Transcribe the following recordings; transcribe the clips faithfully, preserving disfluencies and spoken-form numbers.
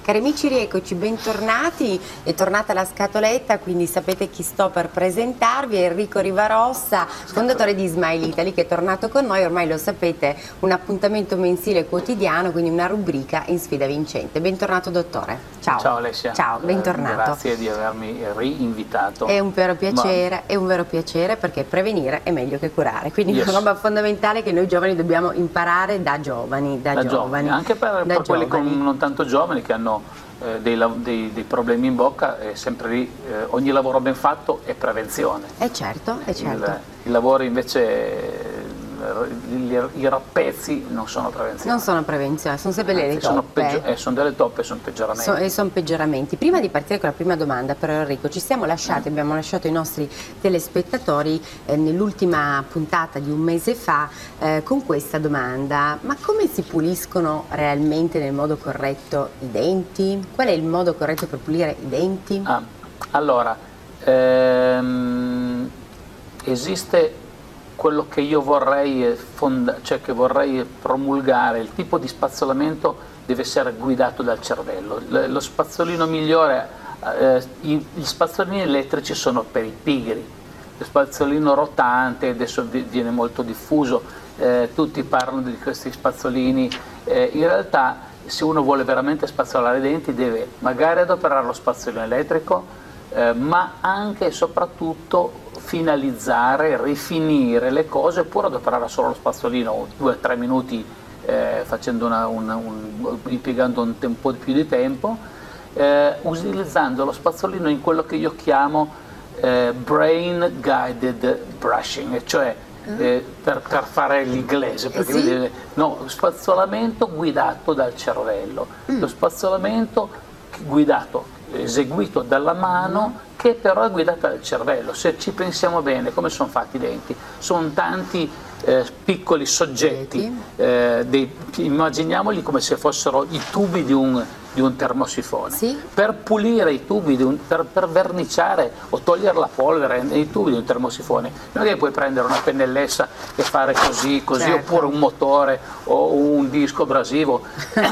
Cari amici, rieccoci, bentornati. È tornata la scatoletta, quindi sapete chi sto per presentarvi. È Enrico Rivarossa, fondatore di Smile Italy, che è tornato con noi. Ormai lo sapete, un appuntamento mensile quotidiano, quindi una rubrica in sfida vincente. Bentornato dottore. Ciao. Ciao Alessia. Ciao, bentornato. Eh, grazie di avermi rinvitato. È un vero piacere, Ma... è un vero piacere perché prevenire è meglio che curare. Quindi yes. è una roba fondamentale che noi giovani dobbiamo imparare da giovani. Da, da giovani. giovani. Anche per, per quelli con, non tanto giovani che hanno eh, dei, dei, dei problemi in bocca, è sempre lì, eh, ogni lavoro ben fatto è prevenzione. Eh certo, è certo. Il, il lavoro invece... i rappezzi non sono prevenzione. Non sono prevenzione, sono sempre Anzi, delle sono toppe. Eh, sono delle toppe e sono peggioramenti. So, e sono peggioramenti. Prima di partire con la prima domanda, però Enrico, ci siamo lasciati, mm. abbiamo lasciato i nostri telespettatori eh, nell'ultima puntata di un mese fa eh, con questa domanda: ma come si puliscono realmente nel modo corretto i denti? Qual è il modo corretto per pulire i denti? Ah, allora, ehm, esiste quello che io vorrei, cioè che vorrei promulgare. Il tipo di spazzolamento deve essere guidato dal cervello. Lo spazzolino migliore, eh, gli spazzolini elettrici sono per i pigri, lo spazzolino rotante adesso viene molto diffuso, eh, tutti parlano di questi spazzolini, eh, in realtà se uno vuole veramente spazzolare i denti deve magari adoperare lo spazzolino elettrico, eh, ma anche e soprattutto finalizzare, rifinire le cose, oppure adoperare solo lo spazzolino due o tre minuti eh, facendo una, una, un, impiegando un po' più di tempo, eh, utilizzando lo spazzolino in quello che io chiamo eh, brain guided brushing, cioè eh, per, per fare l'inglese, perché sì? deve, no, spazzolamento guidato dal cervello, mm. lo spazzolamento guidato, eseguito dalla mano, che però è guidata dal cervello. Se ci pensiamo bene come sono fatti i denti, sono tanti eh, piccoli soggetti, eh, dei, immaginiamoli come se fossero i tubi di un, di un termosifone. Sì? Per pulire i tubi, di un, per, per verniciare o togliere la polvere nei tubi di un termosifone, non è che puoi prendere una pennellessa e fare così, così, certo. oppure un motore o un disco abrasivo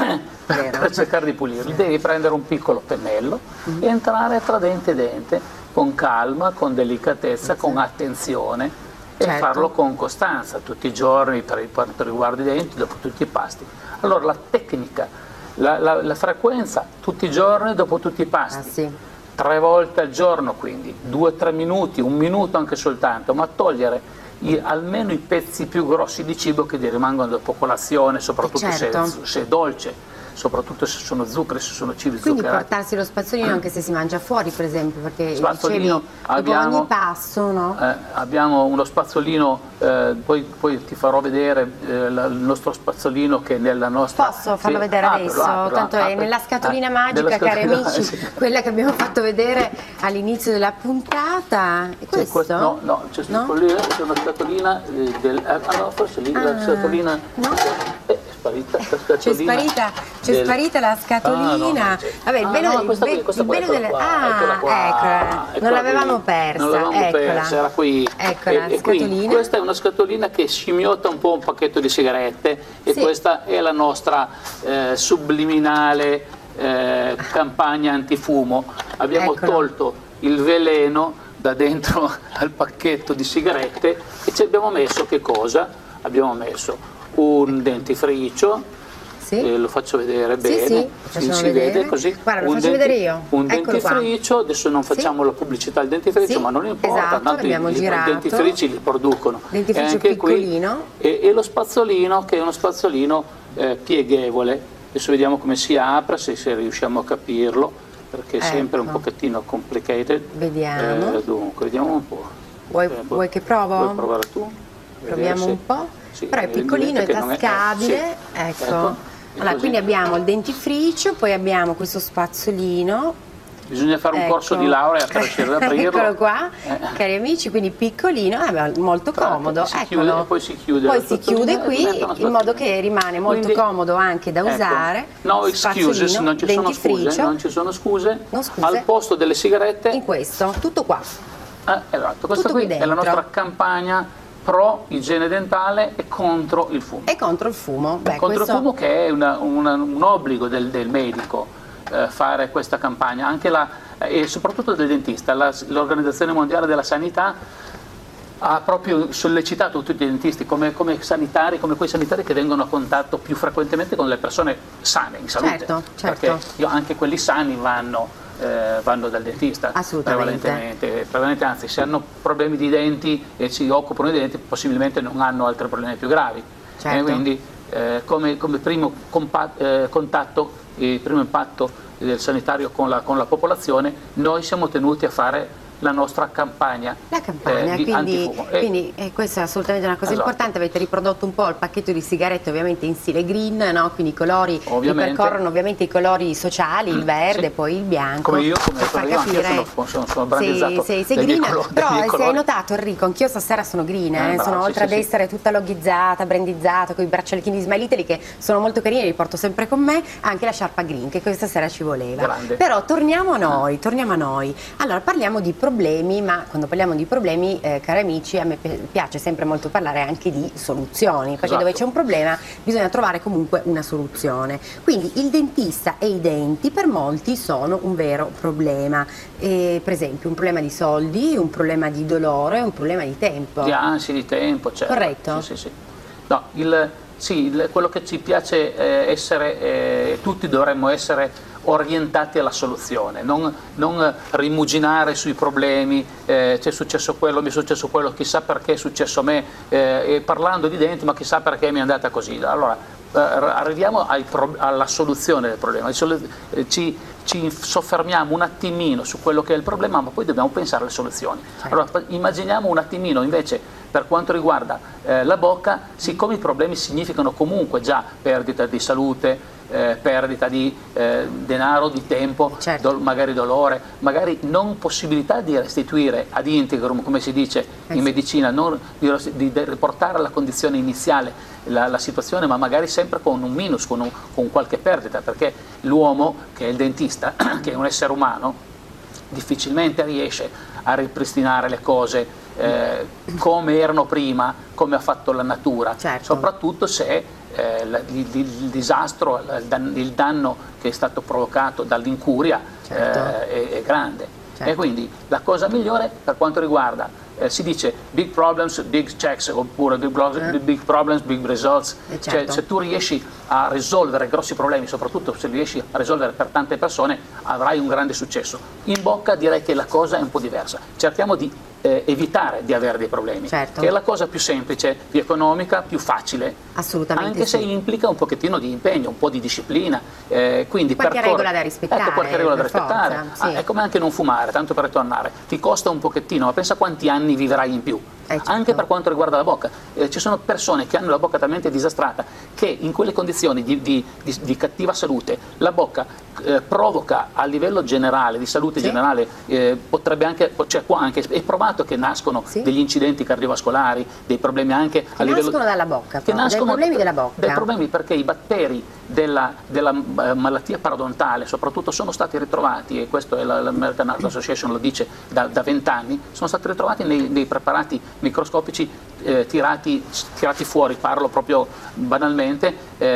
per, per cercare di pulirli. Devi prendere un piccolo pennello mm-hmm. e entrare tra dente e dente con calma, con delicatezza, sì. con attenzione, certo. e farlo con costanza tutti i giorni per quanto riguarda i denti, dopo tutti i pasti. Allora la tecnica, la, la, la frequenza, tutti i giorni dopo tutti i pasti, ah, sì. tre volte al giorno, quindi due o tre minuti, un minuto anche soltanto, ma togliere i, almeno i pezzi più grossi di cibo che ti rimangono dopo colazione, soprattutto certo. se, se è dolce, soprattutto se sono zuccheri, se sono cibi Quindi zuccherati. Quindi portarsi lo spazzolino anche se si mangia fuori, per esempio, perché spazzolino, dicevi, abbiamo, dopo ogni passo, no? Eh, abbiamo uno spazzolino, eh, poi, poi ti farò vedere eh, la, il nostro spazzolino che nella nostra... Posso farlo sì, vedere apro, adesso? Apro, Tanto apro, è nella scatolina apro, magica, scatolina, cari amici, sì. quella che abbiamo fatto vedere all'inizio della puntata. È questo? Sì, questo no, no, c'è no? lì, c'è una scatolina eh, del... Ah no, forse lì ah, la scatolina... No? Eh, sparita, c'è sparita, c'è del... sparita la scatolina. Ah, no, vabbè, il ah, bello, no, questa il qui, questa il bello qua, delle... qua, ah, eccola qua, eccola, non l'avevamo persa, non l'avevamo eccola. persa, era qui. Eccola, e, e quindi, questa è una scatolina che scimmiotta un po' un pacchetto di sigarette, e sì. questa è la nostra eh, subliminale eh, campagna antifumo. Abbiamo Eccola. tolto il veleno da dentro al pacchetto di sigarette e ci abbiamo messo che cosa? Abbiamo messo un dentifricio. Sì. Eh, lo faccio vedere bene, sì, sì, si, si vedere. vede così. Guarda, lo un, faccio denti, vedere io. un Eccolo dentifricio, qua. Adesso non facciamo sì. la pubblicità del dentifricio, sì. ma non importa, esatto, tanto i, i dentifrici li producono. Dentifricio anche piccolino. Qui, e, e lo spazzolino, che è uno spazzolino eh, pieghevole. Adesso vediamo come si apre, se, se riusciamo a capirlo, perché è ecco. sempre un pochettino complicated. Vediamo. Eh, dunque, vediamo un po'. Vuoi, eh, vuoi che provo? Vuoi provare tu? Proviamo se, un po'. Sì, però è piccolino, è tascabile. È, eh, sì. Ecco. ecco. Allora, quindi abbiamo il dentifricio, poi abbiamo questo spazzolino. Bisogna fare un ecco. corso di laurea per riuscire ad aprirlo. Eccolo qua, eh. cari amici, quindi piccolino, eh, molto comodo. Si chiude, e poi si chiude, poi si chiude qui in modo che rimane molto quindi, comodo anche da ecco. usare. No excuses, non ci sono scuse, non ci sono scuse. Non scuse. Al posto delle sigarette. In questo, tutto qua. Ah, esatto, questa tutto qui è la nostra campagna pro igiene dentale e contro il fumo. E contro il fumo. Beh, contro questo... il fumo, che è una, una, un obbligo del, del medico. eh, fare questa campagna, anche la, eh, e soprattutto del dentista. La, l'Organizzazione Mondiale della Sanità ha proprio sollecitato tutti i dentisti come, come sanitari, come quei sanitari che vengono a contatto più frequentemente con le persone sane, in salute, certo, certo. perché io, anche quelli sani vanno Eh, vanno dal dentista prevalentemente, prevalentemente, anzi se hanno problemi di denti e si occupano di denti possibilmente non hanno altri problemi più gravi, certo. E quindi eh, come, come primo compa- eh, contatto e primo impatto del sanitario con la, con la popolazione, noi siamo tenuti a fare la nostra campagna, la campagna, eh, di quindi, antifumo. E, quindi eh, questa è assolutamente una cosa esatto. importante. Avete riprodotto un po' il pacchetto di sigarette ovviamente in stile green, no? Quindi i colori ripercorrono ovviamente i colori sociali, il verde, sì. Poi il bianco, come io, come per far io capire. Anche sono, sono, sono brandizzato sei, sei, sei green, colori, però se hai notato Enrico, anch'io stasera sono green, eh, eh, bravo, sono sì, oltre sì, ad essere sì. tutta logizzata, brandizzata, con i braccialettini di Smile Italy che sono molto carini, li porto sempre con me, anche la sciarpa green che questa sera ci voleva. Grande. Però torniamo a noi, torniamo a noi. Allora parliamo di problemi, ma quando parliamo di problemi, eh, cari amici, a me piace sempre molto parlare anche di soluzioni, perché esatto. dove c'è un problema bisogna trovare comunque una soluzione. Quindi il dentista e i denti per molti sono un vero problema, e, per esempio un problema di soldi, un problema di dolore, un problema di tempo. Di ansia, di tempo, certo. Corretto? Sì, sì, sì. No, il, sì il, quello che ci piace eh, essere, eh, tutti dovremmo essere orientati alla soluzione, non, non rimuginare sui problemi, eh, c'è successo quello, mi è successo quello, chissà perché è successo a me, eh, e parlando di denti, ma chissà perché mi è andata così. Allora, eh, arriviamo ai pro- alla soluzione del problema, ci, ci soffermiamo un attimino su quello che è il problema, ma poi dobbiamo pensare alle soluzioni. Allora, immaginiamo un attimino invece per quanto riguarda eh, la bocca, siccome i problemi significano comunque già perdita di salute, Eh, perdita di eh, denaro, di tempo, certo. do, magari dolore, magari non possibilità di restituire ad integrum, come si dice eh in sì. medicina, non, di, di, di riportare alla condizione iniziale la, la situazione, ma magari sempre con un minus, con, un, con qualche perdita, perché l'uomo, che è il dentista, che è un essere umano, difficilmente riesce a ripristinare le cose eh, come erano prima, come ha fatto la natura, certo. soprattutto se Eh, il, il, il disastro, il danno che è stato provocato dall'incuria certo. eh, è, è grande. Certo. E quindi la cosa migliore per quanto riguarda, eh, si dice big problems, big checks, oppure big, eh. big problems, big results, eh certo. cioè se tu riesci a risolvere grossi problemi, soprattutto se riesci a risolvere per tante persone, avrai un grande successo. In bocca direi che la cosa è un po' diversa, cerchiamo di Eh, evitare di avere dei problemi, certo. che è la cosa più semplice, più economica, più facile, assolutamente anche sì. se implica un pochettino di impegno, un po' di disciplina, eh, quindi qualche percorre... regola da rispettare, ecco, qualche regola da rispettare, forza, sì. ah, è come anche non fumare, tanto per ritornare, ti costa un pochettino, ma pensa quanti anni vivrai in più. Eh, certo. Anche per quanto riguarda la bocca, eh, ci sono persone che hanno la bocca talmente disastrata che in quelle condizioni di, di, di, di cattiva salute la bocca eh, provoca a livello generale, di salute sì. generale, eh, potrebbe anche, cioè qua anche è provato che nascono sì. degli incidenti cardiovascolari, dei problemi anche che a livello... nascono dalla bocca, che nascono dai problemi della bocca. Dai problemi perché i batteri della, della uh, malattia parodontale soprattutto sono stati ritrovati, e questo è la, l'American Heart Association lo dice da vent'anni, sono stati ritrovati nei, nei preparati microscopici eh, tirati, tirati fuori, parlo proprio banalmente,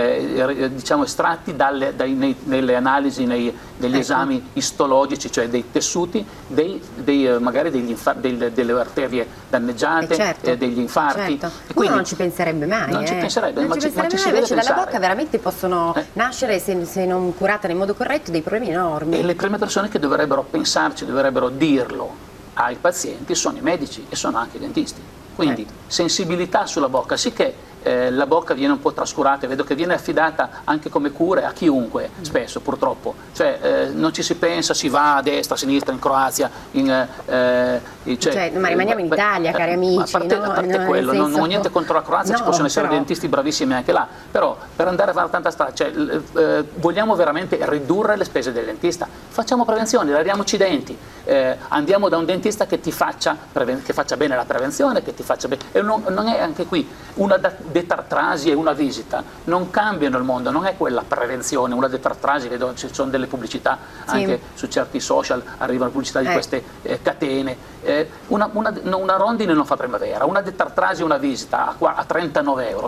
eh, diciamo estratti dalle, dai, nei, nelle analisi, nei, negli ecco. esami istologici, cioè dei tessuti, dei, dei, magari degli infa- del, delle arterie danneggiate, eh certo. eh, degli infarti. Certo. E quindi, uno non ci penserebbe mai. Non eh. ci penserebbe, non ma ci, ci, penserebbe ma ci mai, si invece deve dalla pensare. bocca veramente possono eh. nascere, se, se non curate nel modo corretto, dei problemi enormi. E le prime persone che dovrebbero pensarci, dovrebbero dirlo ai pazienti sono i medici e sono anche i dentisti. Quindi certo. sensibilità sulla bocca, sì che eh, la bocca viene un po' trascurata, vedo che viene affidata anche come cure a chiunque, spesso purtroppo, cioè eh, non ci si pensa, si va a destra, a sinistra, in Croazia, in, eh, cioè, cioè, ma rimaniamo in Italia, eh, cari amici. A parte, no? a parte no, quello, senso... non ho niente contro la Croazia, no, ci possono essere però... dentisti bravissimi anche là, però per andare a fare tanta strada, cioè, eh, vogliamo veramente ridurre le spese del dentista, facciamo prevenzione, lariamoci i denti, eh, andiamo da un dentista che ti faccia, preven- che faccia bene la prevenzione, che ti faccia bene, e non, non è anche qui una detartrasi e una visita, non cambiano il mondo, non è quella prevenzione, una detartrasi, vedo ci sono delle pubblicità anche sì. su certi social, arrivano pubblicità di eh. queste eh, catene, eh, una, una, una rondine non fa primavera, una detartrasi, una visita a, a trentanove euro,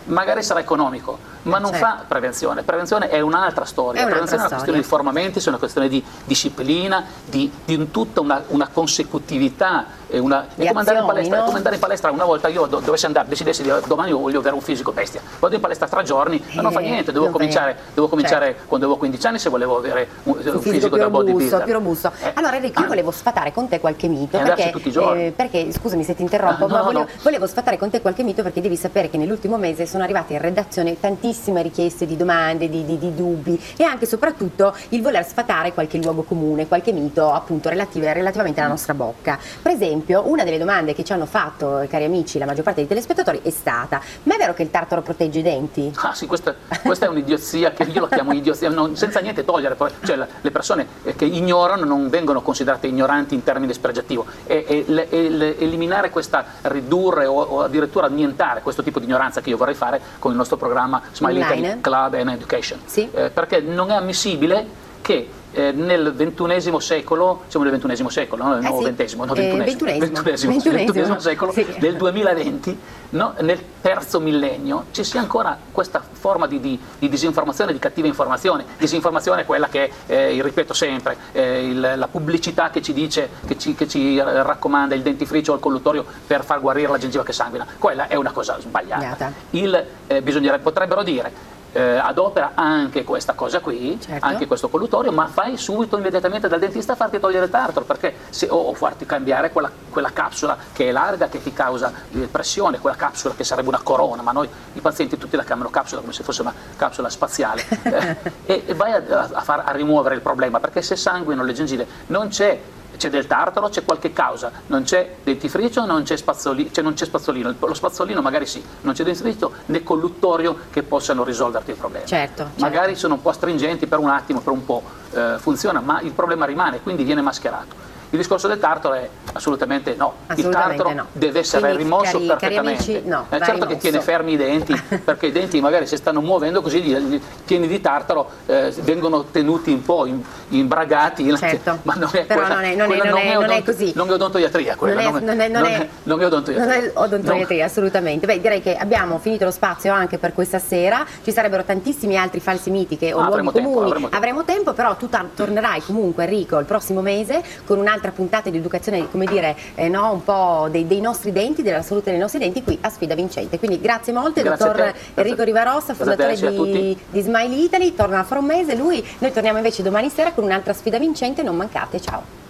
magari sarà economico, ma non certo. fa prevenzione. Prevenzione è un'altra storia. È Prevenzione è una storia. questione di formamenti, è una questione di disciplina, di, di tutta una, una consecutività. È, una, è, come andare in palestra, no? è come andare in palestra una volta io do, dovessi andare, decidessi di domani io voglio avere un fisico bestia. Vado in palestra tre giorni, ma non fa niente, devo cominciare, devo cominciare certo. quando avevo quindici anni se volevo avere un, un fisico, fisico da bodybuilder. Più robusto. Eh. Allora Enrico, io volevo sfatare con te qualche mito, perché, tutti i giorni. Eh, perché scusami se ti interrompo, Ah, no, ma no, volevo, no. volevo sfatare con te qualche mito, perché devi sapere che nell'ultimo mese sono arrivate in redazione tantissime richieste di domande, di, di, di dubbi, e anche e soprattutto il voler sfatare qualche luogo comune, qualche mito appunto relative, relativamente alla nostra bocca. Per esempio, una delle domande che ci hanno fatto, cari amici, la maggior parte dei telespettatori è stata: ma è vero che il tartaro protegge i denti? Ah sì, questa, questa è un'idiozia che io la chiamo idiozia, non, senza niente togliere, cioè la, le persone che ignorano non vengono considerate ignoranti in termini dispregiativo, e, e, e, e eliminare questa, ridurre o, o addirittura annientare questo tipo di ignoranza che io vorrei fare con il nostro programma Smile Italy Club and Education, sì. eh, perché non è ammissibile che eh, nel ventunesimo secolo, siamo nel ventunesimo secolo, no? No, eh sì. ventesimo, no, eh, ventunesimo, ventunesimo, ventunesimo, ventunesimo. ventunesimo secolo, sì. del duemilaventi, no? Nel terzo millennio ci sia ancora questa forma di, di, di disinformazione, di cattiva informazione. Disinformazione è quella che, eh, ripeto sempre, eh, il, la pubblicità che ci dice, che ci, che ci raccomanda il dentifricio o il colluttorio per far guarire la gengiva che sanguina. Quella è una cosa sbagliata. Il, eh, bisognerebbe, potrebbero dire, Eh, adopera anche questa cosa qui, certo. anche questo collutorio, ma fai subito immediatamente dal dentista a farti togliere il tartaro, perché se, o, o farti cambiare quella, quella capsula che è larga, che ti causa eh, pressione, quella capsula che sarebbe una corona, ma noi i pazienti tutti la chiamano capsula come se fosse una capsula spaziale, eh, e, e vai a, a, far, a rimuovere il problema, perché se sanguinano le gengive non c'è c'è del tartaro, c'è qualche causa, non c'è dentifricio, non c'è spazzolino, cioè non c'è spazzolino, lo spazzolino magari sì, non c'è dentifricio né colluttorio che possano risolverti il problema. Certo, magari certo. sono un po' astringenti per un attimo, per un po' eh, funziona, ma il problema rimane, quindi viene mascherato. Il discorso del tartaro è assolutamente no, assolutamente il tartaro no. deve essere Quindi, rimosso cari, perfettamente. Cari amici, no, eh, certo rimosso. che tiene fermi i denti, perché i denti magari si stanno muovendo così, gli, gli pieni di tartaro eh, vengono tenuti un po' in, imbragati, certo. ma non è, però quella, non è, non è, non è, non è così. Non è odontoiatria quella, non è, non è, non è, non è odontoiatria. Non è odontoiatria, no. Assolutamente. Beh, direi che abbiamo finito lo spazio anche per questa sera, ci sarebbero tantissimi altri falsi miti che, o ah, luoghi tempo, comuni, avremo tempo. avremo tempo, però tu tornerai comunque, Enrico, il prossimo mese con un'altra puntata di educazione, come dire, eh, no, un po' dei, dei nostri denti, della salute dei nostri denti qui a Sfida Vincente. Quindi grazie molte, grazie dottor Enrico Rivarossa, fondatore di, di Smile Italy, torna fra un mese lui, noi torniamo invece domani sera con un'altra Sfida Vincente, non mancate, ciao.